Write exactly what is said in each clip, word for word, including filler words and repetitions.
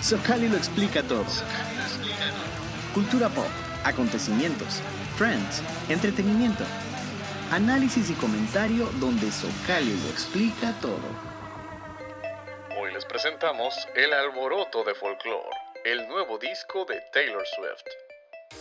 Socali lo explica todo. Cultura pop, acontecimientos, trends, entretenimiento, análisis y comentario donde Socali lo explica todo. Hoy les presentamos El Alboroto de Folklore, el nuevo disco de Taylor Swift.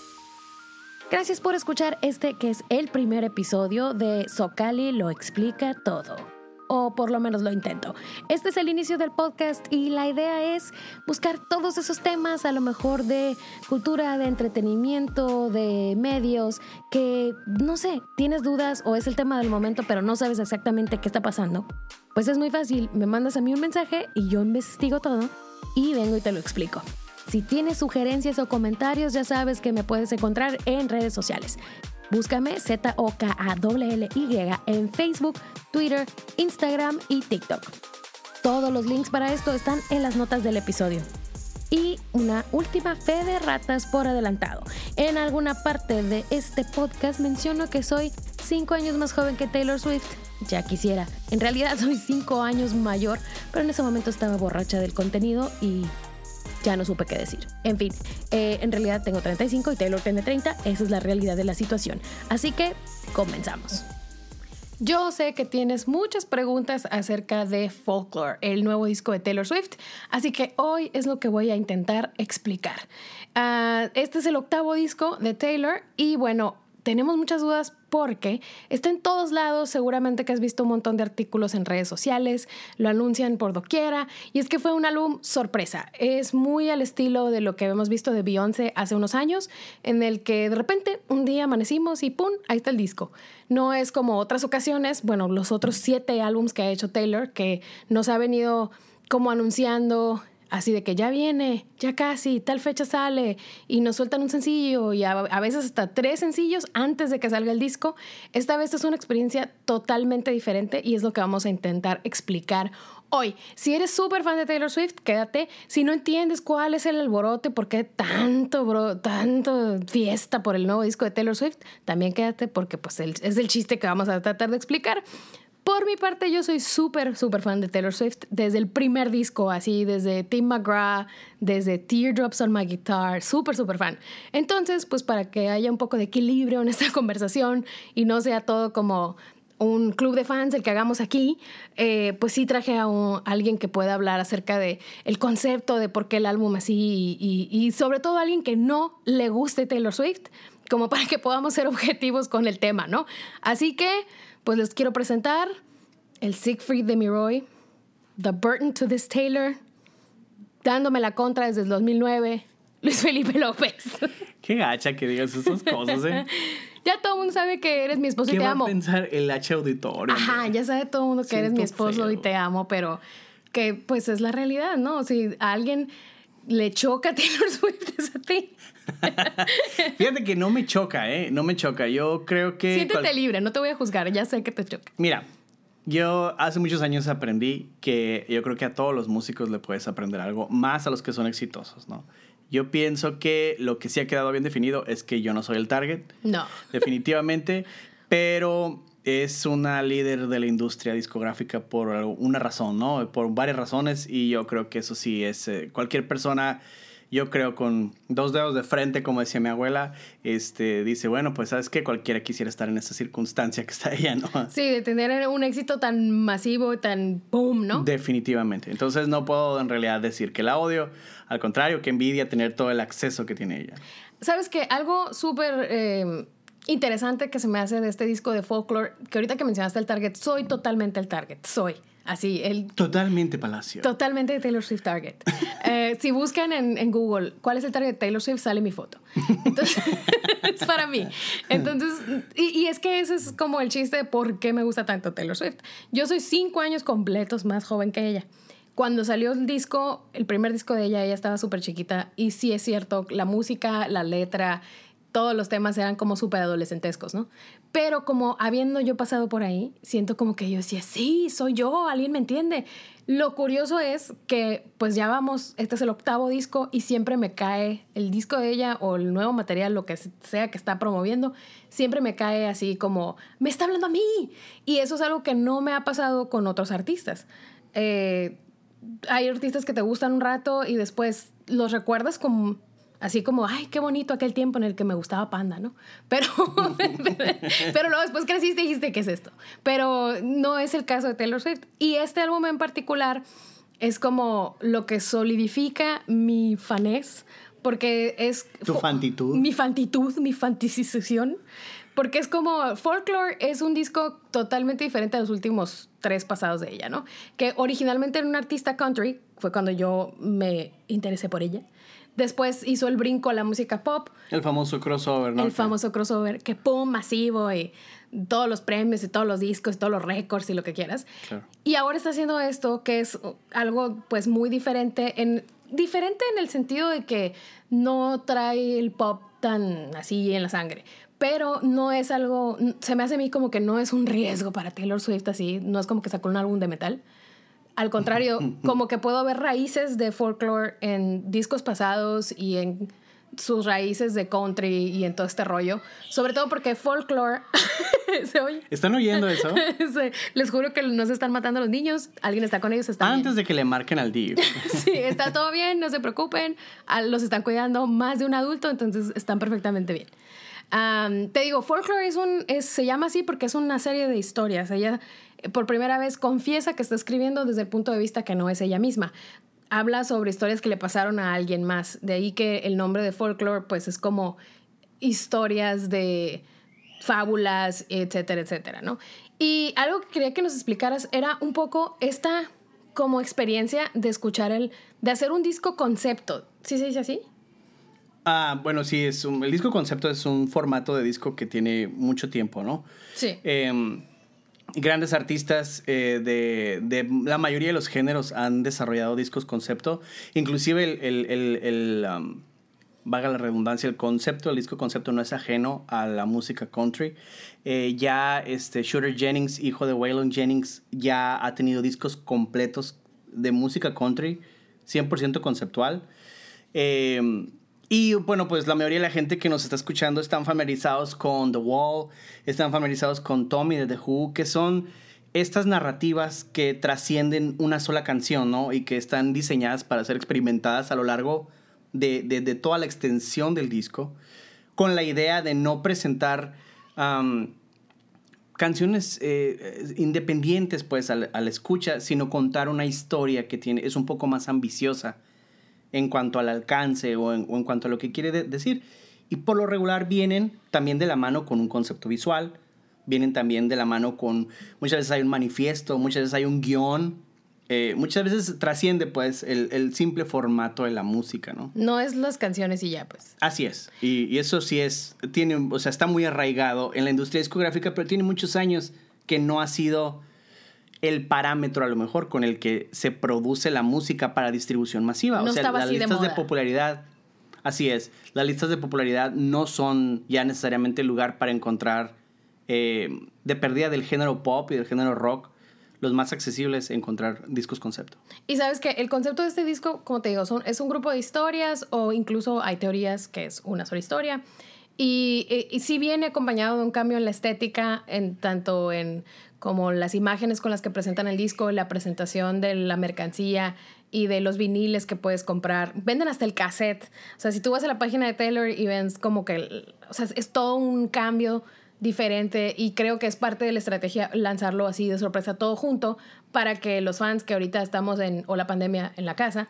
Gracias por escuchar este que es el primer episodio de Socali lo explica todo. O por lo menos lo intento. Este es el inicio del podcast y la idea es buscar todos esos temas, a lo mejor de cultura, de entretenimiento, de medios, que, no sé, tienes dudas o es el tema del momento, pero no sabes exactamente qué está pasando. Pues es muy fácil, me mandas a mí un mensaje y yo investigo todo y vengo y te lo explico. Si tienes sugerencias o comentarios, ya sabes que me puedes encontrar en redes sociales. Búscame Z O K A L L Y en Facebook, Twitter, Instagram y TikTok. Todos los links para esto están en las notas del episodio. Y una última fe de ratas por adelantado. En alguna parte de este podcast menciono que soy cinco años más joven que Taylor Swift. Ya quisiera. En realidad soy cinco años mayor, pero en ese momento estaba borracha del contenido y ya no supe qué decir. En fin, eh, en realidad tengo treinta y cinco y Taylor tiene treinta. Esa es la realidad de la situación. Así que, comenzamos. Yo sé que tienes muchas preguntas acerca de Folklore, el nuevo disco de Taylor Swift. Así que hoy es lo que voy a intentar explicar. Uh, este es el octavo disco de Taylor y bueno, tenemos muchas dudas porque está en todos lados. Seguramente que has visto un montón de artículos en redes sociales, lo anuncian por doquiera y es que fue un álbum sorpresa. Es muy al estilo de lo que hemos visto de Beyoncé hace unos años, en el que de repente un día amanecimos y ¡pum! Ahí está el disco. No es como otras ocasiones, bueno, los otros siete álbums que ha hecho Taylor, que nos ha venido como anunciando así de que ya viene, ya casi, tal fecha sale y nos sueltan un sencillo y a, a veces hasta tres sencillos antes de que salga el disco. Esta vez es una experiencia totalmente diferente y es lo que vamos a intentar explicar hoy. Si eres súper fan de Taylor Swift, quédate. Si no entiendes cuál es el alborote, por qué tanto, bro, tanto fiesta por el nuevo disco de Taylor Swift, también quédate porque pues el, es el chiste que vamos a tratar de explicar. Por mi parte, yo soy súper, súper fan de Taylor Swift desde el primer disco, así desde Tim McGraw, desde Teardrops on My Guitar, súper, súper fan. Entonces, pues para que haya un poco de equilibrio en esta conversación y no sea todo como un club de fans el que hagamos aquí, eh, pues sí traje a, un, a alguien que pueda hablar acerca de el concepto de por qué el álbum así y, y, y sobre todo a alguien que no le guste Taylor Swift, como para que podamos ser objetivos con el tema, ¿no? Así que pues les quiero presentar el Siegfried de mi Roy, The Burton to this Taylor, dándome la contra desde el dos mil nueve, Luis Felipe López. Qué gacha que digas esas cosas, ¿eh? Ya todo el mundo sabe que eres mi esposo y te amo. ¿Qué va a pensar el H auditorio? Ajá, hombre? Ya sabe todo el mundo que Siento eres mi esposo feo. Y te amo, pero que pues es la realidad, ¿no? Si a alguien le choca a Taylor Swift, es a ti. Fíjate que no me choca, ¿eh? No me choca. Yo creo que... Siéntete cual... libre, no te voy a juzgar. Ya sé que te choca. Mira, yo hace muchos años aprendí que yo creo que a todos los músicos le puedes aprender algo, más a los que son exitosos, ¿no? Yo pienso que lo que sí ha quedado bien definido es que yo no soy el target. No. Definitivamente. Pero es una líder de la industria discográfica por una razón, ¿no? Por varias razones. Y yo creo que eso sí es... Eh, cualquier persona... Yo creo con dos dedos de frente, como decía mi abuela, este, dice, bueno, pues sabes que cualquiera quisiera estar en esa circunstancia que está ella, ¿no? Sí, de tener un éxito tan masivo, tan boom, ¿no? Definitivamente. Entonces no puedo en realidad decir que la odio. Al contrario, que envidia tener todo el acceso que tiene ella. ¿Sabes qué? Algo súper eh, interesante que se me hace de este disco de Folklore, que ahorita que mencionaste el target, soy totalmente el target, soy. Así, el... Totalmente Palacio. Totalmente Taylor Swift target. eh, si buscan en, en Google cuál es el target de Taylor Swift, sale mi foto. Entonces, es para mí. Entonces, y, y es que ese es como el chiste de por qué me gusta tanto Taylor Swift. Yo soy cinco años completos más joven que ella. Cuando salió el disco, el primer disco de ella, ella estaba súper chiquita. Y sí es cierto, la música, la letra, todos los temas eran como súper adolescentescos, ¿no? Pero como habiendo yo pasado por ahí, siento como que yo decía, sí, soy yo, alguien me entiende. Lo curioso es que pues ya vamos, este es el octavo disco y siempre me cae el disco de ella o el nuevo material, lo que sea que está promoviendo, siempre me cae así como, me está hablando a mí. Y eso es algo que no me ha pasado con otros artistas. Eh... hay artistas que te gustan un rato y después los recuerdas como... Así como, ay, qué bonito aquel tiempo en el que me gustaba Panda, ¿no? Pero, pero luego después creciste y dijiste, ¿qué es esto? Pero no es el caso de Taylor Swift. Y este álbum en particular es como lo que solidifica mi fanés, porque es... Tu fantitud. Mi fantitud, mi fantasización. Porque es como, Folklore es un disco totalmente diferente a los últimos tres pasados de ella, ¿no? Que originalmente era una artista country, fue cuando yo me interesé por ella. Después hizo el brinco a la música pop. El famoso crossover, ¿no? El famoso crossover, que pum, masivo, y todos los premios y todos los discos y todos los récords y lo que quieras. Claro. Y ahora está haciendo esto, que es algo pues muy diferente, en, diferente en el sentido de que no trae el pop tan así en la sangre. Pero no es algo, se me hace a mí como que no es un riesgo para Taylor Swift así, no es como que sacó un álbum de metal. Al contrario, como que puedo ver raíces de Folklore en discos pasados y en sus raíces de country y en todo este rollo. Sobre todo porque Folklore... ¿Se oye? ¿Están oyendo eso? Les juro que no se están matando los niños. Alguien está con ellos, está Antes bien. de que le marquen al D I V. Sí, está todo bien, no se preocupen. Los están cuidando más de un adulto, entonces están perfectamente bien. Um, te digo, Folklore es un, es, se llama así porque es una serie de historias. Ella por primera vez confiesa que está escribiendo desde el punto de vista que no es ella misma. Habla sobre historias que le pasaron a alguien más. De ahí que el nombre de Folklore pues es como historias de fábulas, etcétera, etcétera, ¿no? Y algo que quería que nos explicaras era un poco esta como experiencia de escuchar el, de hacer un disco concepto. ¿Sí se dice así? Ah, bueno, sí, es un, el disco concepto es un formato de disco que tiene mucho tiempo, ¿no? Sí. Eh, grandes artistas eh, de, de la mayoría de los géneros han desarrollado discos concepto. Inclusive el, el, el, el um, vaga la redundancia, el concepto, el disco concepto no es ajeno a la música country. Eh, ya este Shooter Jennings, hijo de Waylon Jennings, ya ha tenido discos completos de música country, cien por ciento conceptual. Eh, Y bueno, pues la mayoría de la gente que nos está escuchando están familiarizados con The Wall, están familiarizados con Tommy de The Who, que son estas narrativas que trascienden una sola canción, ¿no? Y que están diseñadas para ser experimentadas a lo largo de, de, de toda la extensión del disco, con la idea de no presentar um, canciones eh, independientes pues a la, a la escucha, sino contar una historia que tiene, es un poco más ambiciosa en cuanto al alcance o en, o en cuanto a lo que quiere de- decir. Y por lo regular vienen también de la mano con un concepto visual, vienen también de la mano con... Muchas veces hay un manifiesto, muchas veces hay un guión, eh, muchas veces trasciende pues el, el simple formato de la música, ¿no? No es las canciones y ya, pues. Así es. Y, y eso sí es... Tiene, o sea, está muy arraigado en la industria discográfica, pero tiene muchos años que no ha sido el parámetro a lo mejor con el que se produce la música para distribución masiva. No o sea, estaba las así de listas de, moda. popularidad, así es, las listas de popularidad no son ya necesariamente el lugar para encontrar eh, de pérdida del género pop y del género rock, los más accesibles, encontrar discos concepto. Y sabes que el concepto de este disco, como te digo, son, es un grupo de historias, o incluso hay teorías que es una sola historia. Y, y, y sí viene acompañado de un cambio en la estética, en tanto en como las imágenes con las que presentan el disco, la presentación de la mercancía y de los viniles que puedes comprar. Venden hasta el cassette. O sea, si tú vas a la página de Taylor y ves como que... O sea, es todo un cambio diferente, y creo que es parte de la estrategia lanzarlo así de sorpresa todo junto para que los fans que ahorita estamos en... o la pandemia en la casa...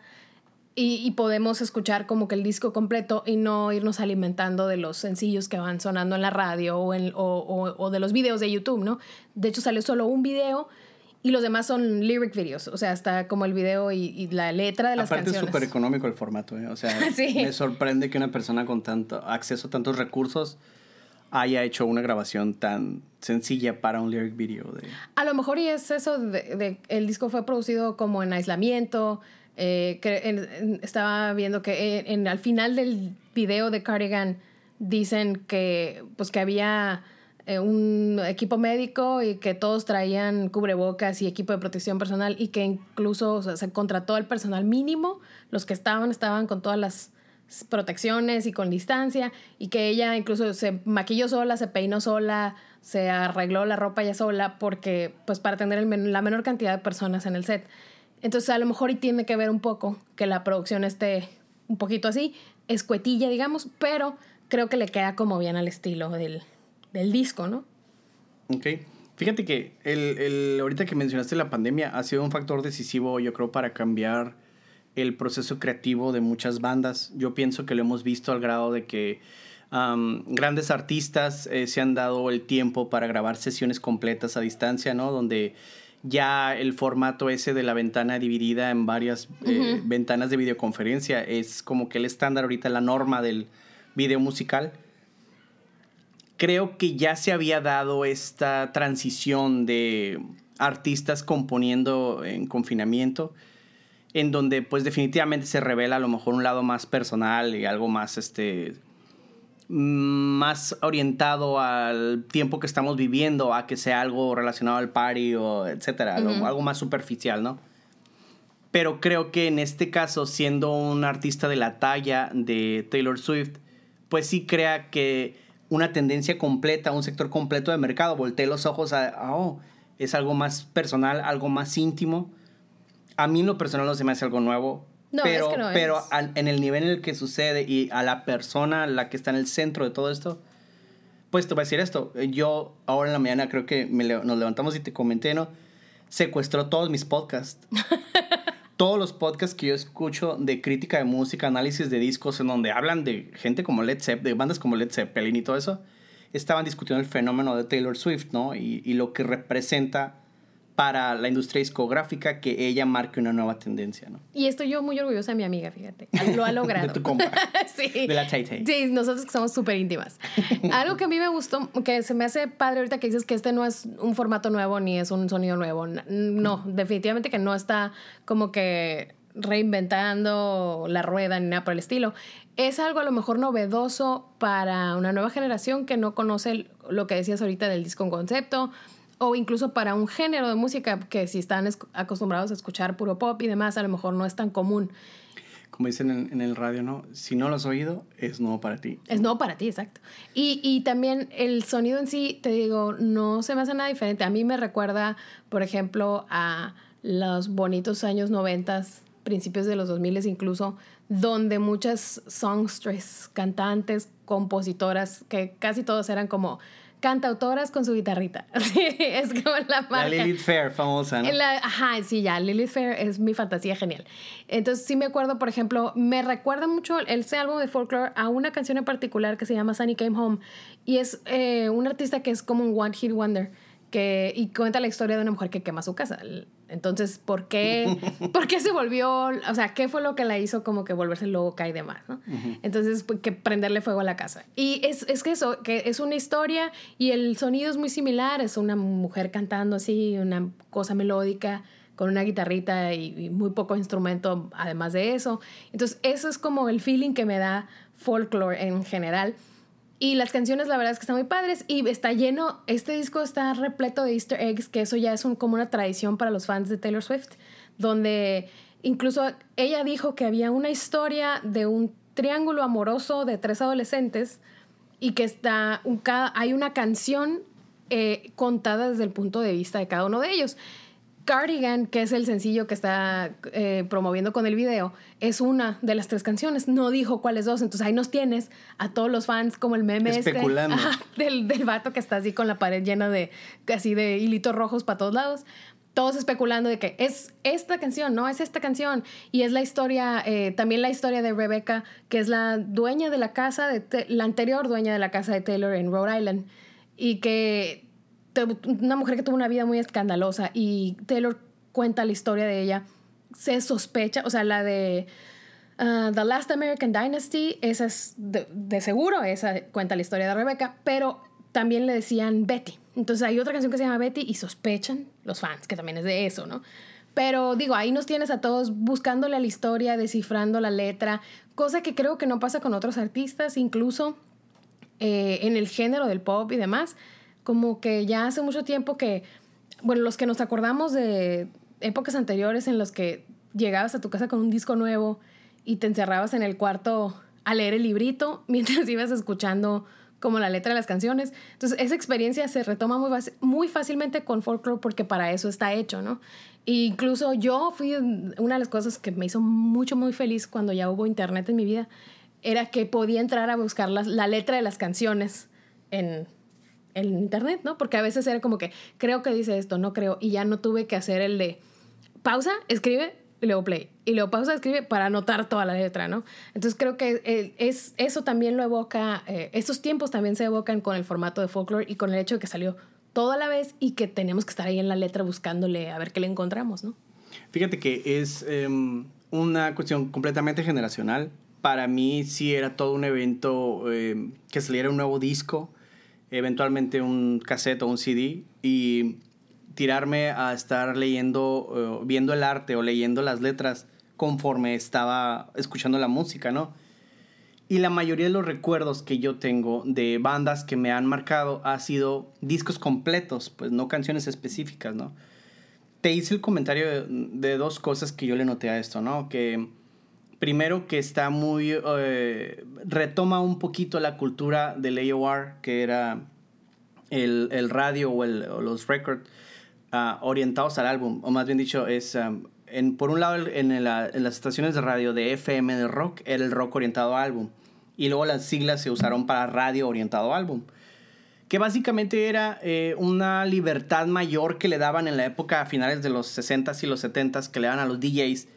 Y, y podemos escuchar como que el disco completo y no irnos alimentando de los sencillos que van sonando en la radio o, en, o, o, o de los videos de YouTube, ¿no? De hecho, salió solo un video y los demás son lyric videos. O sea, está como el video y, y la letra de las Aparte canciones. es súper económico el formato, ¿eh? O sea, Sí. Me sorprende que una persona con tanto acceso a tantos recursos haya hecho una grabación tan sencilla para un lyric video. De... A lo mejor y es eso de, de el disco fue producido como en aislamiento. Eh, que en, en, estaba viendo que en, en, al final del video de Cardigan dicen que, pues, que había eh, un equipo médico y que todos traían cubrebocas y equipo de protección personal, y que incluso, o sea, se contrató al personal mínimo. Los que estaban estaban con todas las protecciones y con distancia, y que ella incluso se maquilló sola, se peinó sola, se arregló la ropa ella sola, porque pues para tener el men- la menor cantidad de personas en el set. Entonces a lo mejor y tiene que ver un poco que la producción esté un poquito así, escuetilla, digamos, pero creo que le queda como bien al estilo del, del disco, ¿no? Ok. Fíjate que el, el, ahorita que mencionaste la pandemia ha sido un factor decisivo, yo creo, para cambiar el proceso creativo de muchas bandas. Yo pienso que lo hemos visto al grado de que um, grandes artistas eh, se han dado el tiempo para grabar sesiones completas a distancia, ¿no? Donde ya el formato ese de la ventana dividida en varias eh, uh-huh. ventanas de videoconferencia es como que el estándar ahorita, la norma del video musical. Creo que ya se había dado esta transición de artistas componiendo en confinamiento, en donde pues definitivamente se revela a lo mejor un lado más personal y algo más este más orientado al tiempo que estamos viviendo, a que sea algo relacionado al party o etcétera, uh-huh. algo más superficial, ¿no? Pero creo que en este caso, siendo un artista de la talla de Taylor Swift, pues sí crea que una tendencia completa, un sector completo de mercado, voltee los ojos a, oh, es algo más personal, algo más íntimo. A mí en lo personal no se me hace algo nuevo. No, pero, es que no pero es. Al, en el nivel en el que sucede y a la persona la que está en el centro de todo esto, pues te voy a decir esto. Yo ahora en la mañana creo que me le, nos levantamos y te comenté, ¿no? Secuestró todos mis podcasts. Todos los podcasts que yo escucho de crítica de música, análisis de discos, en donde hablan de gente como Led Zeppelin, de bandas como Led Zeppelin y todo eso, estaban discutiendo el fenómeno de Taylor Swift, ¿no? Y, y lo que representa para la industria discográfica que ella marque una nueva tendencia, ¿no? Y estoy yo muy orgullosa de mi amiga, fíjate. Lo ha logrado. De tu compa. Sí. De la Tay Tay. Sí, nosotros que somos súper íntimas. Algo que a mí me gustó, que se me hace padre ahorita que dices que este no es un formato nuevo ni es un sonido nuevo. No, definitivamente que no está como que reinventando la rueda ni nada por el estilo. Es algo a lo mejor novedoso para una nueva generación que no conoce lo que decías ahorita del disco en concepto, o incluso para un género de música que si están es- acostumbrados a escuchar puro pop y demás, a lo mejor no es tan común. Como dicen en, en el radio, ¿no? Si no lo has oído, es nuevo para ti. Es nuevo para ti, exacto. Y, y también el sonido en sí, te digo, no se me hace nada diferente. A mí me recuerda, por ejemplo, a los bonitos años noventas, principios de los dos miles incluso, donde muchas songstress, cantantes, compositoras, que casi todos eran como cantautoras con su guitarrita. Es como la marca. La Lilith Fair, famosa, ¿no? La, ajá, sí, ya. Lilith Fair es mi fantasía genial. Entonces, sí me acuerdo, por ejemplo, me recuerda mucho ese álbum de Folklore a una canción en particular que se llama Sunny Came Home. Y es eh, un artista que es como un one hit wonder. Que, y cuenta la historia de una mujer que quema su casa. Entonces, ¿por qué, ¿por qué se volvió? O sea, ¿qué fue lo que la hizo como que volverse loca y demás, ¿no? Uh-huh. Entonces, pues, que prenderle fuego a la casa. Y es, es que eso, que es una historia y el sonido es muy similar. Es una mujer cantando así, una cosa melódica con una guitarrita y, y muy poco instrumento además de eso. Entonces, eso es como el feeling que me da Folklore en general. Y las canciones, la verdad es que están muy padres y está lleno, este disco está repleto de easter eggs, que eso ya es un, como una tradición para los fans de Taylor Swift, donde incluso ella dijo que había una historia de un triángulo amoroso de tres adolescentes y que está un, cada, hay una canción eh, contada desde el punto de vista de cada uno de ellos. Cardigan, que es el sencillo que está eh, promoviendo con el video, es una de las tres canciones. No dijo cuáles dos. Entonces ahí nos tienes a todos los fans como el meme especulando. Este, ajá, del, del vato que está así con la pared llena de así de hilitos rojos para todos lados. Todos especulando de que es esta canción, no es esta canción. Y es la historia, eh, también la historia de Rebecca, que es la dueña de la casa, de te- la anterior dueña de la casa de Taylor en Rhode Island. Y que una mujer que tuvo una vida muy escandalosa y Taylor cuenta la historia de ella. Se sospecha, o sea, la de uh, The Last American Dynasty, esa es de, de seguro, esa cuenta la historia de Rebecca, pero también le decían Betty. Entonces hay otra canción que se llama Betty y sospechan los fans que también es de eso, ¿no? Pero digo, ahí nos tienes a todos buscándole a la historia, descifrando la letra, cosa que creo que no pasa con otros artistas, incluso eh, en el género del pop y demás. Como que ya hace mucho tiempo que, bueno, los que nos acordamos de épocas anteriores en los que llegabas a tu casa con un disco nuevo y te encerrabas en el cuarto a leer el librito mientras ibas escuchando como la letra de las canciones. Entonces, esa experiencia se retoma muy, muy fácilmente con Folklore porque para eso está hecho, ¿no? E incluso yo fui, una de las cosas que me hizo mucho, muy feliz cuando ya hubo internet en mi vida, era que podía entrar a buscar la, la letra de las canciones en, en internet, ¿no? Porque a veces era como que, creo que dice esto, no creo, y ya no tuve que hacer el de pausa, escribe, y luego play, y luego pausa, escribe para anotar toda la letra, ¿no? Entonces creo que es, eso también lo evoca, eh, estos tiempos también se evocan con el formato de Folklore y con el hecho de que salió todo a la vez y que tenemos que estar ahí en la letra buscándole a ver qué le encontramos, ¿no? Fíjate que es eh, una cuestión completamente generacional. Para mí sí era todo un evento eh, que saliera un nuevo disco, eventualmente un cassette o un C D, y tirarme a estar leyendo, uh, viendo el arte o leyendo las letras conforme estaba escuchando la música, ¿no? Y la mayoría de los recuerdos que yo tengo de bandas que me han marcado ha sido discos completos, pues no canciones específicas, ¿no? Te hice el comentario de, de dos cosas que yo le noté a esto, ¿no? Que primero que está muy... Eh, retoma un poquito la cultura del A O R, que era el, el radio o, el, o los records uh, orientados al álbum, o más bien dicho, es... Um, En, por un lado, en, el, en las estaciones de radio de F M de rock, era el rock orientado a álbum. Y luego las siglas se usaron para radio orientado a álbum. Que básicamente era eh, una libertad mayor que le daban en la época a finales de los sesentas y los setentas, que le daban a los D Js.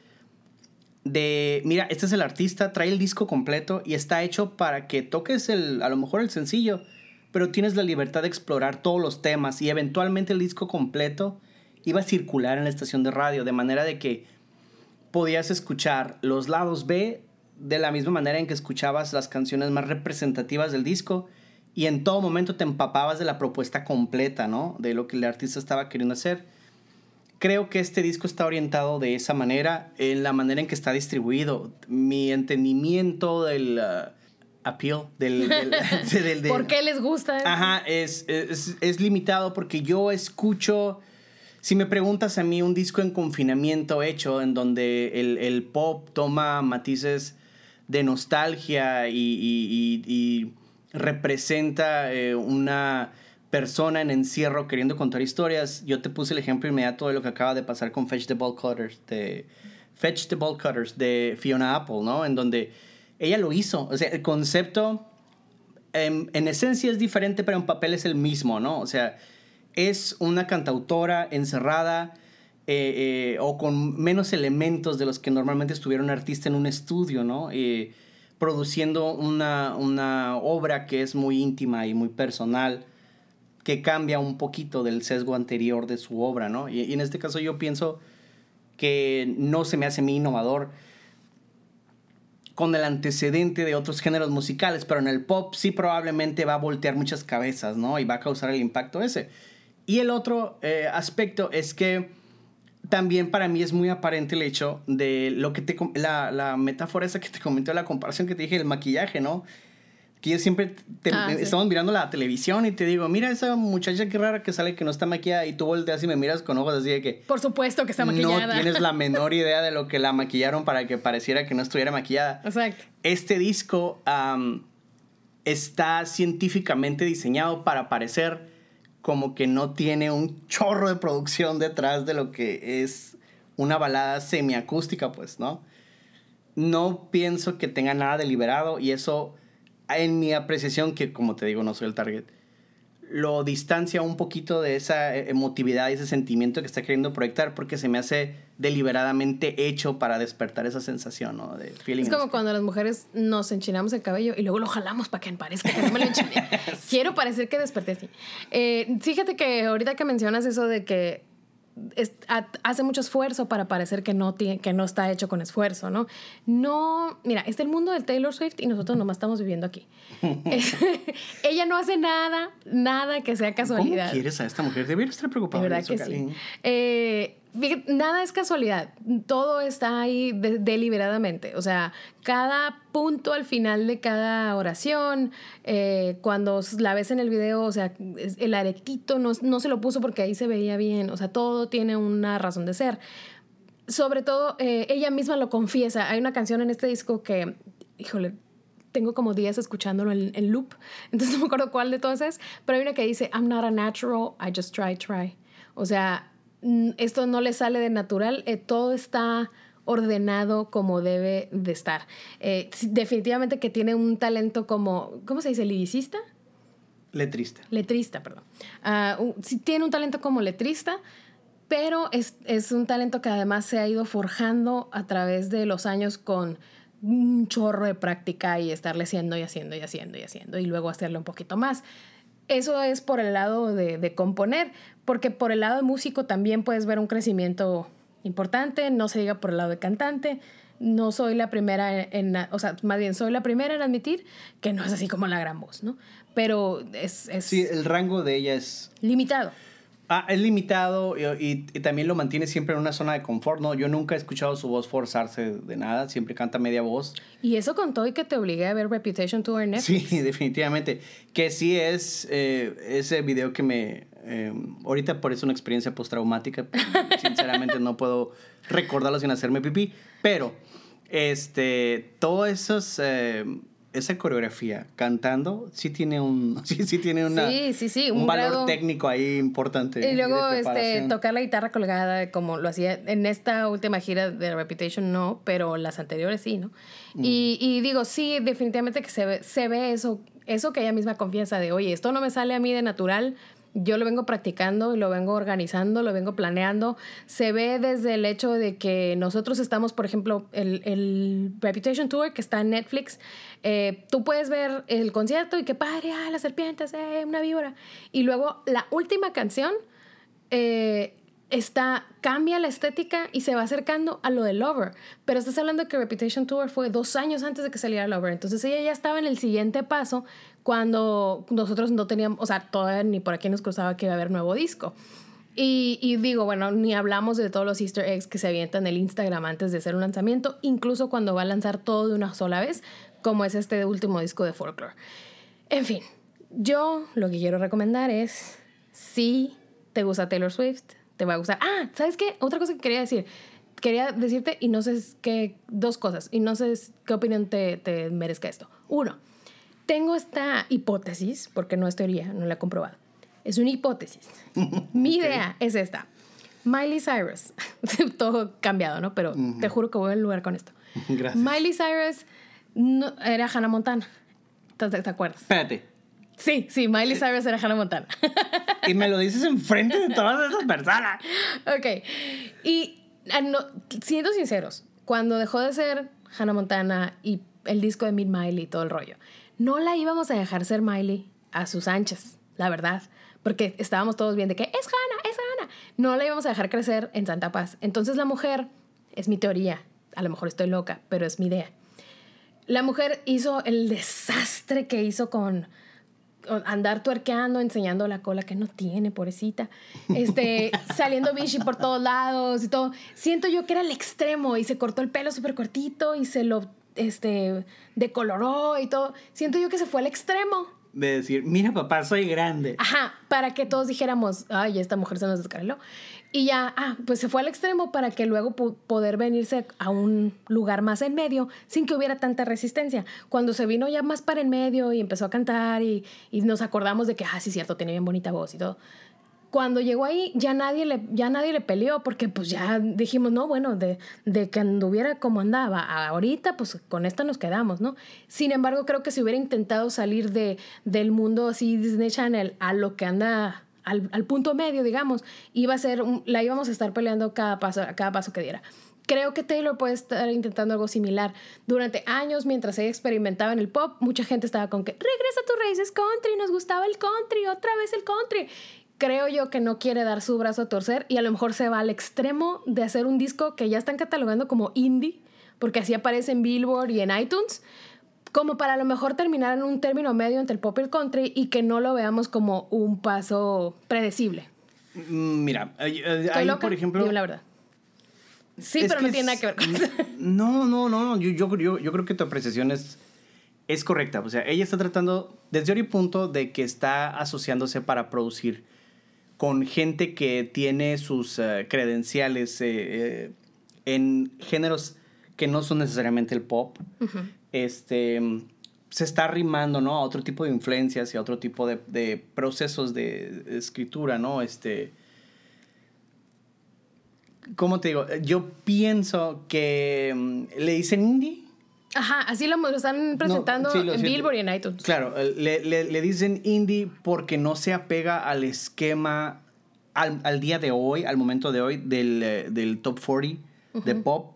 De, mira, este es el artista, trae el disco completo y está hecho para que toques el, a lo mejor el sencillo, pero tienes la libertad de explorar todos los temas y eventualmente el disco completo iba a circular en la estación de radio, de manera de que podías escuchar los lados B de la misma manera en que escuchabas las canciones más representativas del disco y en todo momento te empapabas de la propuesta completa, ¿no? De lo que el artista estaba queriendo hacer. Creo que este disco está orientado de esa manera, en la manera en que está distribuido. Mi entendimiento del uh, appeal, del... del, del, del ¿Por qué les gusta? Ajá, es, es, es limitado porque yo escucho... Si me preguntas a mí, un disco en confinamiento hecho en donde el, el pop toma matices de nostalgia y, y, y, y representa eh, una persona en encierro queriendo contar historias, yo te puse el ejemplo inmediato de lo que acaba de pasar con Fetch the Bolt Cutters, de, Fetch the Bolt Cutters de Fiona Apple, ¿no? En donde ella lo hizo. O sea, el concepto en, en esencia es diferente, pero en papel es el mismo, ¿no? O sea... Es una cantautora encerrada eh, eh, o con menos elementos de los que normalmente estuviera un artista en un estudio, ¿no? Eh, produciendo una, una obra que es muy íntima y muy personal, que cambia un poquito del sesgo anterior de su obra, ¿no? Y, y en este caso yo pienso que no se me hace a mí innovador con el antecedente de otros géneros musicales, pero en el pop sí probablemente va a voltear muchas cabezas, ¿no? Y va a causar el impacto ese. Y el otro eh, aspecto es que también para mí es muy aparente el hecho de lo que te... La, la metáfora esa que te comenté, la comparación que te dije del maquillaje, ¿no? Que yo siempre... Te, ah, sí. Estamos mirando la televisión y te digo, mira esa muchacha qué rara que sale que no está maquillada, y tú volteas y me miras con ojos así de que... Por supuesto que está maquillada. No tienes la menor idea de lo que la maquillaron para que pareciera que no estuviera maquillada. Exacto. Este disco um, está científicamente diseñado para parecer... como que no tiene un chorro de producción detrás de lo que es una balada semiacústica, pues, ¿no? No pienso que tenga nada deliberado y eso, en mi apreciación, que como te digo, no soy el target, lo distancia un poquito de esa emotividad y ese sentimiento que está queriendo proyectar, porque se me hace deliberadamente hecho para despertar esa sensación, ¿no? De feeling. Es como cuando las mujeres nos enchinamos el cabello y luego lo jalamos para que parezca que no me lo enchiné. Sí. Quiero parecer que desperté así. Eh, fíjate que ahorita que mencionas eso de que es, a, hace mucho esfuerzo para parecer que no, tiene, que no está hecho con esfuerzo, ¿no? No, mira, es el mundo del Taylor Swift y nosotros nomás estamos viviendo aquí. Ella no hace nada, nada que sea casualidad. ¿Cómo quieres a esta mujer? Debería estar preocupada. De verdad que sí. Eh, fíjate, nada es casualidad. Todo está ahí de, deliberadamente. O sea, cada punto al final de cada oración, eh, cuando la ves en el video, o sea, el aretito no, no se lo puso porque ahí se veía bien. O sea, todo tiene una razón de ser. Sobre todo, eh, ella misma lo confiesa. Hay una canción en este disco que, híjole, tengo como días escuchándolo en, en loop, entonces no me acuerdo cuál de todas es, pero hay una que dice, I'm not a natural, I just try, try. O sea, esto no le sale de natural, eh, todo está ordenado como debe de estar. Eh, definitivamente que tiene un talento como, ¿cómo se dice? ¿Liricista? Letrista. Letrista, perdón. Uh, un, sí, tiene un talento como letrista, pero es, es un talento que además se ha ido forjando a través de los años con un chorro de práctica y estarle haciendo y haciendo y haciendo y haciendo y luego hacerle un poquito más. Eso es por el lado de, de componer, porque por el lado de músico también puedes ver un crecimiento importante, no se diga por el lado de cantante. No soy la primera en, en, o sea, más bien soy la primera en admitir que no es así como la gran voz, ¿no? Pero es... es sí, el rango de ella es... limitado. Ah, es limitado y, y, y también lo mantiene siempre en una zona de confort, ¿no? Yo nunca he escuchado su voz forzarse de nada, siempre canta media voz. Y eso con todo y que te obligué a ver Reputation Tour en Netflix. Sí, definitivamente. Que sí es eh, ese video que me... Eh, ahorita por eso una experiencia postraumática. Sinceramente no puedo recordarlo sin hacerme pipí. Pero, este, todo esos... Eh, esa coreografía cantando sí tiene un sí, sí tiene una sí, sí, sí, un, un valor grado, técnico ahí importante. Y luego este tocar la guitarra colgada como lo hacía en esta última gira de Reputation, no, pero las anteriores sí, ¿no? Mm. Y, y digo, sí, definitivamente que se ve, se ve eso, eso que ella misma confiesa de, oye, esto no me sale a mí de natural. Yo lo vengo practicando y lo vengo organizando, lo vengo planeando. Se ve desde el hecho de que nosotros estamos, por ejemplo, el, el Reputation Tour que está en Netflix. Eh, tú puedes ver el concierto y qué padre, ah, las serpientes, eh, una víbora. Y luego la última canción eh, está, cambia la estética y se va acercando a lo de Lover. Pero estás hablando de que Reputation Tour fue dos años antes de que saliera Lover. Entonces ella ya estaba en el siguiente paso cuando nosotros no teníamos, o sea, todavía ni por aquí nos cruzaba que iba a haber nuevo disco. Y, y digo, bueno, ni hablamos de todos los easter eggs que se avientan en el Instagram antes de hacer un lanzamiento, incluso cuando va a lanzar todo de una sola vez, como es este último disco de Folklore. En fin, yo lo que quiero recomendar es, si te gusta Taylor Swift, te va a gustar. Ah, ¿sabes qué? Otra cosa que quería decir. Quería decirte, y no sé qué, dos cosas, y no sé qué opinión te, te merezca esto. Uno, tengo esta hipótesis, porque no es teoría, no la he comprobado. Es una hipótesis. Mi okay. idea es esta. Miley Cyrus. Todo cambiado, ¿no? Pero uh-huh. te juro que voy al lugar con esto. Gracias. Miley Cyrus no, era Hannah Montana. ¿Te, te acuerdas? Espérate. Sí, sí, Miley Cyrus era Hannah Montana. Y me lo dices enfrente de todas esas personas. Ok. Y no, siendo sinceros, cuando dejó de ser Hannah Montana y el disco de Meet Miley y todo el rollo, no la íbamos a dejar ser Miley a sus anchas, la verdad. Porque estábamos todos bien de que es Hannah, es Hannah. No la íbamos a dejar crecer en santa paz. Entonces la mujer, es mi teoría, a lo mejor estoy loca, pero es mi idea. La mujer hizo el desastre que hizo con andar tuerqueando, enseñando la cola que no tiene, pobrecita. Este, saliendo bichi por todos lados y todo. Siento yo que era el extremo y se cortó el pelo súper cortito y se lo este, decoloró y todo. Siento yo que se fue al extremo. De decir, mira papá, soy grande. Ajá, para que todos dijéramos, ay, esta mujer se nos descarriló. Y ya, ah, pues se fue al extremo para que luego pu- poder venirse a un lugar más en medio sin que hubiera tanta resistencia. Cuando se vino ya más para en medio y empezó a cantar y, y nos acordamos de que, ah, sí, cierto, tenía bien bonita voz y todo. Cuando llegó ahí, ya nadie le, ya nadie le peleó porque pues ya dijimos, no, bueno, de, de que anduviera como andaba, ahorita pues con esta nos quedamos, ¿no? Sin embargo, creo que si hubiera intentado salir de, del mundo así Disney Channel a lo que anda, al, al punto medio, digamos, iba a ser, un, la íbamos a estar peleando cada paso, cada paso que diera. Creo que Taylor puede estar intentando algo similar. Durante años, mientras ella experimentaba en el pop, mucha gente estaba con que regresa a tus raíces country, nos gustaba el country, otra vez el country. Creo yo que no quiere dar su brazo a torcer y a lo mejor se va al extremo de hacer un disco que ya están catalogando como indie, porque así aparece en Billboard y en iTunes, como para a lo mejor terminar en un término medio entre el pop y el country y que no lo veamos como un paso predecible. Mira, ahí, ahí loca? por ejemplo... Dime la verdad. Sí, pero no tiene nada que ver con eso. No, no, no, no. Yo, yo, yo, yo creo que tu apreciación es, es correcta. O sea, ella está tratando, desde el punto de que está asociándose para producir con gente que tiene sus uh, credenciales eh, eh, en géneros que no son necesariamente el pop. Uh-huh. Este, se está arrimando, ¿no? A otro tipo de influencias y a otro tipo de, de procesos de escritura, ¿no? Este... ¿Cómo te digo? Yo pienso que um, le dicen indie. Ajá, así lo, lo están presentando no, sí, lo en siento. Billboard y en iTunes. Claro, le, le, le dicen indie porque no se apega al esquema al, al día de hoy, al momento de hoy, del, del top cuarenta uh-huh. de pop.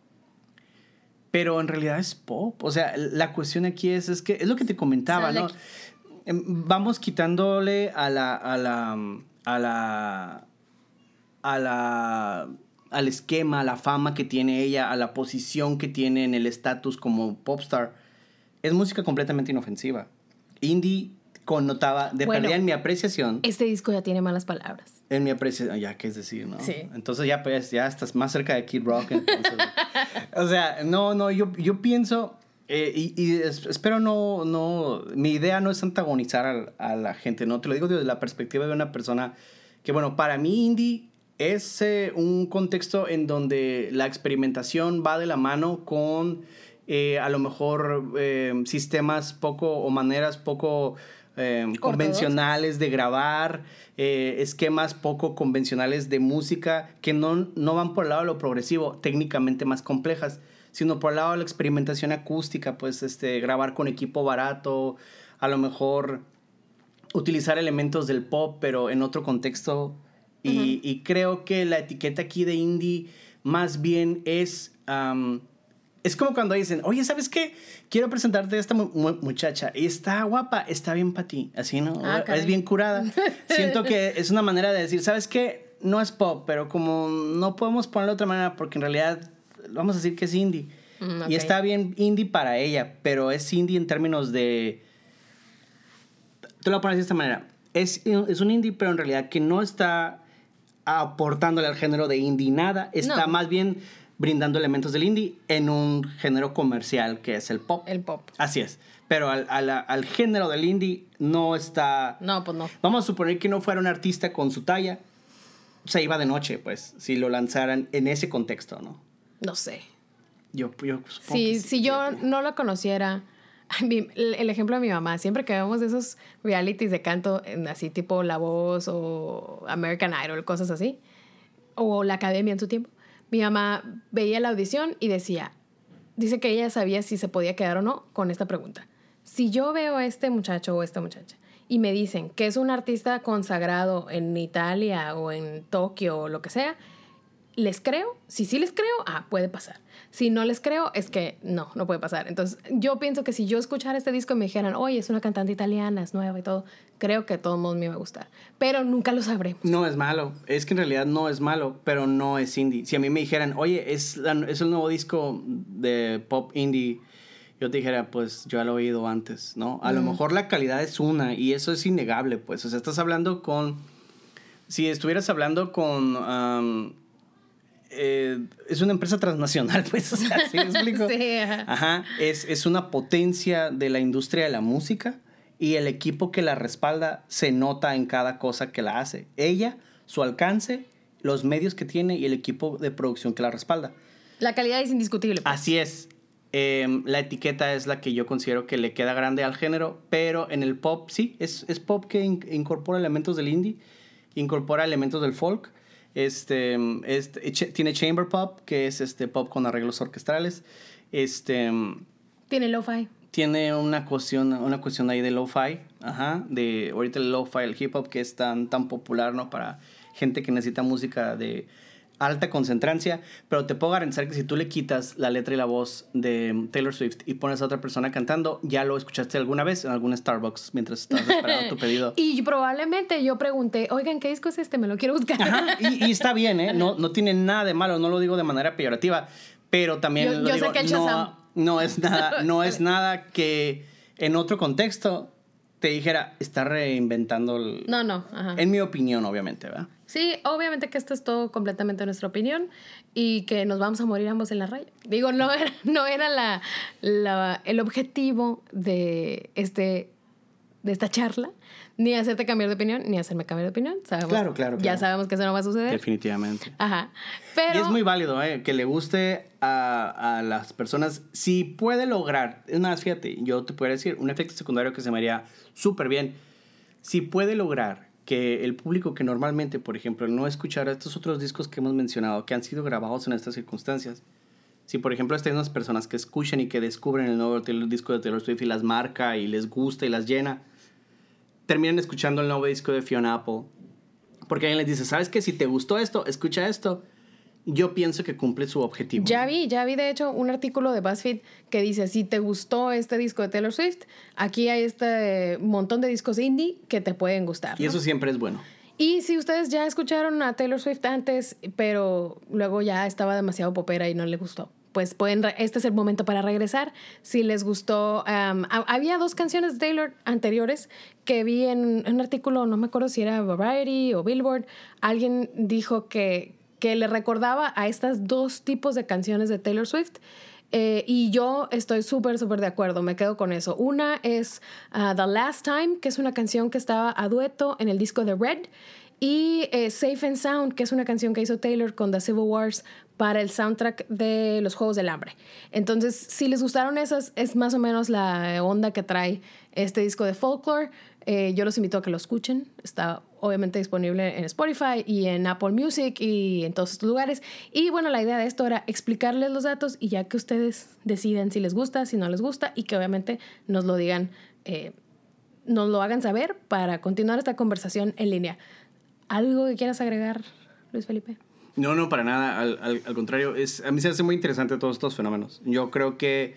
Pero en realidad es pop. O sea, la cuestión aquí es, es que es lo que te comentaba, o sea, ¿no? Like... Vamos quitándole a la, a la, a la, a la, al esquema, a la fama que tiene ella, a la posición que tiene en el estatus como popstar. Es música completamente inofensiva. Indie connotaba, de bueno, perdida en mi apreciación. Este disco ya tiene malas palabras. En mi apreciación, ya, ¿qué es decir, no? Sí. Entonces ya, pues, ya estás más cerca de Kid Rock. Entonces, o sea, no, no, yo, yo pienso, eh, y, y espero no, no, mi idea no es antagonizar a, a la gente, ¿no? Te lo digo desde la perspectiva de una persona que, bueno, para mí indie es eh, un contexto en donde la experimentación va de la mano con, eh, a lo mejor, eh, sistemas poco, o maneras poco... Eh, convencionales de grabar, eh, esquemas poco convencionales de música que no, no van por el lado de lo progresivo, técnicamente más complejas, sino por el lado de la experimentación acústica, pues este, grabar con equipo barato, a lo mejor utilizar elementos del pop, pero en otro contexto. Y, uh-huh. y creo que la etiqueta aquí de indie más bien es... Um, Es como cuando dicen, oye, ¿sabes qué? Quiero presentarte a esta mu- muchacha. Y está guapa, está bien para ti. Así, ¿no? Ah, es bien curada. Siento que es una manera de decir, ¿sabes qué? No es pop, pero como no podemos ponerlo de otra manera porque en realidad vamos a decir que es indie. Mm, okay. Y está bien indie para ella, pero es indie en términos de... Te lo voy a poner de esta manera. Es, es un indie, pero en realidad que no está aportándole al género de indie nada. Está no. más bien... brindando elementos del indie en un género comercial que es el pop. El pop. Así es. Pero al, al, al género del indie no está... No, pues no. Vamos a suponer que no fuera un artista con su talla. Se iba de noche, pues, si lo lanzaran en ese contexto, ¿no? No sé. Yo, yo supongo sí, que sí. Si yo no la conociera... El ejemplo de mi mamá, siempre que vemos esos realities de canto, así tipo La Voz o American Idol, cosas así, o La Academia en su tiempo, mi mamá veía la audición y decía, dice que ella sabía si se podía quedar o no con esta pregunta. Si yo veo a este muchacho o esta muchacha y me dicen que es un artista consagrado en Italia o en Tokio o lo que sea, ¿les creo? Si sí les creo, ah, puede pasar. Si no les creo, es que no, no puede pasar. Entonces, yo pienso que si yo escuchara este disco y me dijeran, oye, es una cantante italiana, es nueva y todo, creo que a todo el mundo me iba a gustar. Pero nunca lo sabremos. No es malo. Es que en realidad no es malo, pero no es indie. Si a mí me dijeran, oye, es, la, es el nuevo disco de pop indie, yo te dijera, pues, yo ya lo he oído antes, ¿no? A mm. lo mejor la calidad es una y eso es innegable, pues. O sea, estás hablando con... Si estuvieras hablando con... Um, Eh, es una empresa transnacional, pues, o sea, ¿sí me explico? Sí, ajá. Ajá, es, es una potencia de la industria de la música y el equipo que la respalda se nota en cada cosa que la hace. Ella, su alcance, los medios que tiene y el equipo de producción que la respalda. La calidad es indiscutible. Pues. Así es. Eh, la etiqueta es la que yo considero que le queda grande al género, pero en el pop, sí, es, es pop que in- incorpora elementos del indie, incorpora elementos del folk. Este, este ch- tiene chamber pop, que es este pop con arreglos orquestales. Este, tiene lo-fi. Tiene una cuestión, una cuestión ahí de lo-fi, ajá, de ahorita el lo-fi, el hip hop que es tan, tan popular, ¿no? Para gente que necesita música de alta concentrancia, pero te puedo garantizar que si tú le quitas la letra y la voz de Taylor Swift y pones a otra persona cantando, ya lo escuchaste alguna vez en algún Starbucks mientras estabas esperando tu pedido. Y probablemente yo pregunté, oigan, ¿qué disco es este? Me lo quiero buscar. Ajá, y, y está bien, ¿eh? No, no tiene nada de malo, no lo digo de manera peyorativa, pero también yo, lo yo digo, sé que el no, Shazam. no es nada, no es nada que en otro contexto te dijera, está reinventando el... No, no, ajá. En mi opinión, obviamente, ¿verdad? Sí, obviamente que esto es todo completamente nuestra opinión y que nos vamos a morir ambos en la raya. Digo, no era, no era la, la, el objetivo de, este, de esta charla, ni hacerte cambiar de opinión, ni hacerme cambiar de opinión. Sabemos, claro, claro, claro. Ya sabemos que eso no va a suceder. Definitivamente. Ajá. Pero... Y es muy válido, ¿eh? Que le guste a, a las personas. Si puede lograr, es más, fíjate, yo te puedo decir, un efecto secundario que se me haría súper bien. Si puede lograr que el público que normalmente, por ejemplo, no escuchara estos otros discos que hemos mencionado, que han sido grabados en estas circunstancias, si por ejemplo estas unas personas que escuchan y que descubren el nuevo disco de Taylor Swift y las marca y les gusta y las llena, terminan escuchando el nuevo disco de Fiona Apple, porque alguien les dice, ¿sabes qué? Si te gustó esto, escucha esto. Yo pienso que cumple su objetivo. Ya vi, ya vi de hecho un artículo de BuzzFeed que dice, si te gustó este disco de Taylor Swift, aquí hay este montón de discos indie que te pueden gustar, ¿no? Y eso siempre es bueno. Y si ustedes ya escucharon a Taylor Swift antes, pero luego ya estaba demasiado popera y no les gustó, pues pueden, este es el momento para regresar. Si les gustó, um, había dos canciones de Taylor anteriores que vi en, en un artículo, no me acuerdo si era Variety o Billboard, alguien dijo que, que le recordaba a estas dos tipos de canciones de Taylor Swift. Eh, y yo estoy súper, súper de acuerdo, me quedo con eso. Una es uh, The Last Time, que es una canción que estaba a dueto en el disco de Red, y eh, Safe and Sound, que es una canción que hizo Taylor con The Civil Wars para el soundtrack de los Juegos del Hambre. Entonces, si les gustaron esas, es más o menos la onda que trae este disco de Folklore. Eh, yo los invito a que lo escuchen. Está obviamente disponible en Spotify y en Apple Music y en todos estos lugares. Y bueno, la idea de esto era explicarles los datos y ya que ustedes deciden si les gusta, si no les gusta, y que obviamente nos lo digan, eh, nos lo hagan saber para continuar esta conversación en línea. ¿Algo que quieras agregar, Luis Felipe? No, no, para nada. Al, al, al contrario, es, a mí se hace muy interesante todos estos fenómenos. Yo creo que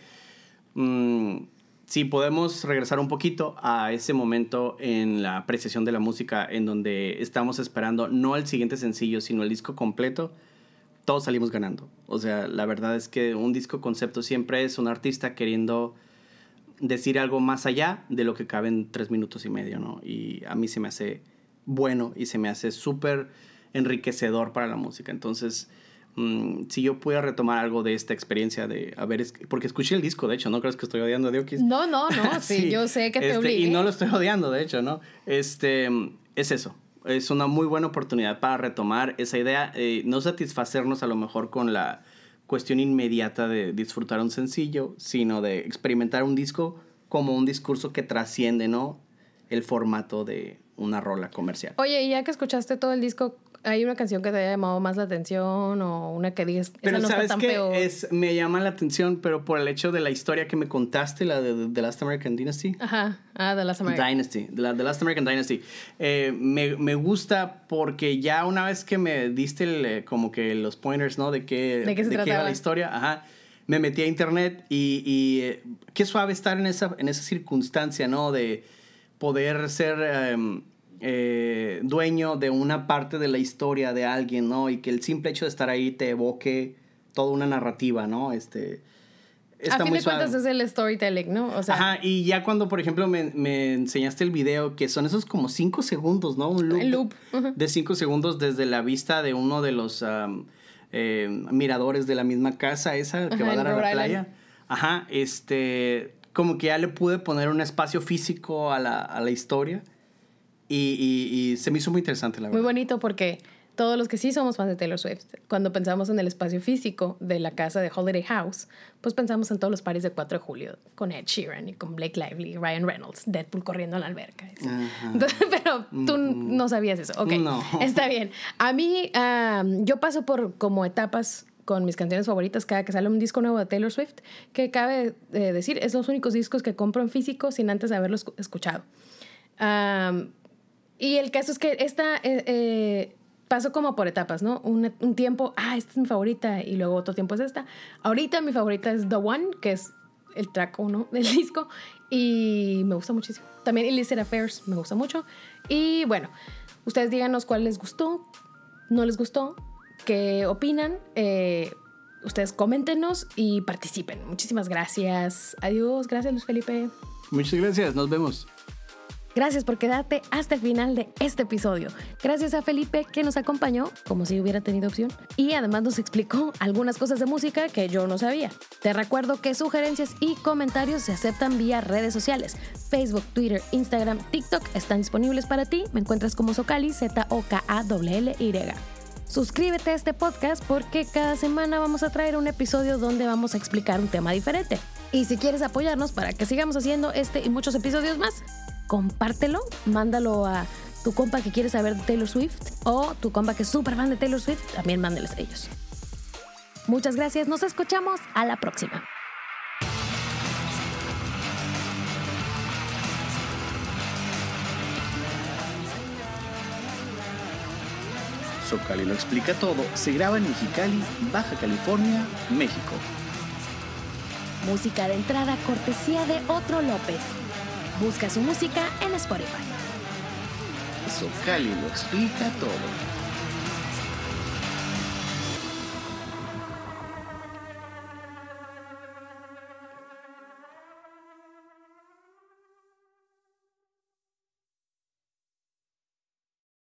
mmm, si podemos regresar un poquito a ese momento en la apreciación de la música, en donde estamos esperando no el siguiente sencillo, sino el disco completo, todos salimos ganando. O sea, la verdad es que un disco concepto siempre es un artista queriendo decir algo más allá de lo que cabe en tres minutos y medio, ¿no? Y a mí se me hace bueno y se me hace súper enriquecedor para la música. Entonces, mmm, si yo pudiera retomar algo de esta experiencia de haber... Es- porque escuché el disco, de hecho, ¿no crees que estoy odiando a Diokis? No, no, no, sí, Sí, yo sé que te este, obligué. y no lo estoy odiando, de hecho, ¿no? Este, es eso. Es una muy buena oportunidad para retomar esa idea. Eh, no satisfacernos a lo mejor con la cuestión inmediata de disfrutar un sencillo, sino de experimentar un disco como un discurso que trasciende, ¿no? El formato de una rola comercial. Oye, y ya que escuchaste todo el disco, ¿hay una canción que te haya llamado más la atención o una que digas, Pero esa no ¿sabes está tan qué? peor? Es, me llama la atención, pero por el hecho de la historia que me contaste, la de The Last American Dynasty. Ajá, ah, The Last American. Dynasty, The, The Last American Dynasty. Eh, me, me gusta porque ya una vez que me diste el, eh, como que los pointers, ¿no? De qué, ¿De qué se de qué trataba? iba la historia, ajá. Me metí a internet y, y eh, qué suave estar en esa, en esa circunstancia, ¿no? De poder ser... Eh, Eh, dueño de una parte de la historia de alguien, ¿no? Y que el simple hecho de estar ahí te evoque toda una narrativa, ¿no? Este, está A fin muy de suave. cuentas es el storytelling, ¿no? O sea, Ajá, y ya cuando, por ejemplo, me, me enseñaste el video, que son esos como cinco segundos, ¿no? Un loop, el loop. Ajá. de cinco segundos desde la vista de uno de los um, eh, miradores de la misma casa esa que Ajá, va a dar en a la Rhode playa. Island. Ajá, este, como que ya le pude poner un espacio físico a la, a la historia. Y, y, y se me hizo muy interesante, la verdad. Muy bonito porque todos los que sí somos fans de Taylor Swift, cuando pensamos en el espacio físico de la casa de Holiday House, pues pensamos en todos los paris de cuatro de julio con Ed Sheeran y con Blake Lively, Ryan Reynolds, Deadpool corriendo en la alberca. Ajá. Entonces, pero tú Mm. no sabías eso. Ok, No. está bien. A mí, um, yo paso por como etapas con mis canciones favoritas cada que sale un disco nuevo de Taylor Swift, que cabe eh, decir, es los únicos discos que compro en físico sin antes haberlos escuchado. Um, Y el caso es que esta eh, eh, pasó como por etapas, ¿no? Un, un tiempo, ah, esta es mi favorita, y luego otro tiempo es esta. Ahorita mi favorita es The One, que es el track uno del disco, y me gusta muchísimo. También Illicit Affairs me gusta mucho. Y bueno, ustedes díganos cuál les gustó, no les gustó, qué opinan. Eh, ustedes coméntenos y participen. Muchísimas gracias. Adiós. Gracias, Luis Felipe. Muchas gracias. Nos vemos. Gracias por quedarte hasta el final de este episodio. Gracias a Felipe que nos acompañó, como si hubiera tenido opción, y además nos explicó algunas cosas de música que yo no sabía. Te recuerdo que sugerencias y comentarios se aceptan vía redes sociales. Facebook, Twitter, Instagram, TikTok están disponibles para ti. Me encuentras como Zocali, Z O K A L L Y. Suscríbete a este podcast porque cada semana vamos a traer un episodio donde vamos a explicar un tema diferente. Y si quieres apoyarnos para que sigamos haciendo este y muchos episodios más, compártelo, mándalo a tu compa que quiere saber de Taylor Swift o tu compa que es súper fan de Taylor Swift, también mándeles a ellos. Muchas gracias, nos escuchamos a la próxima. Zocali lo explica todo se graba en Mexicali, Baja California, México. Música de entrada cortesía de Otro López. Busca su música en Spotify. Zocali lo explica todo.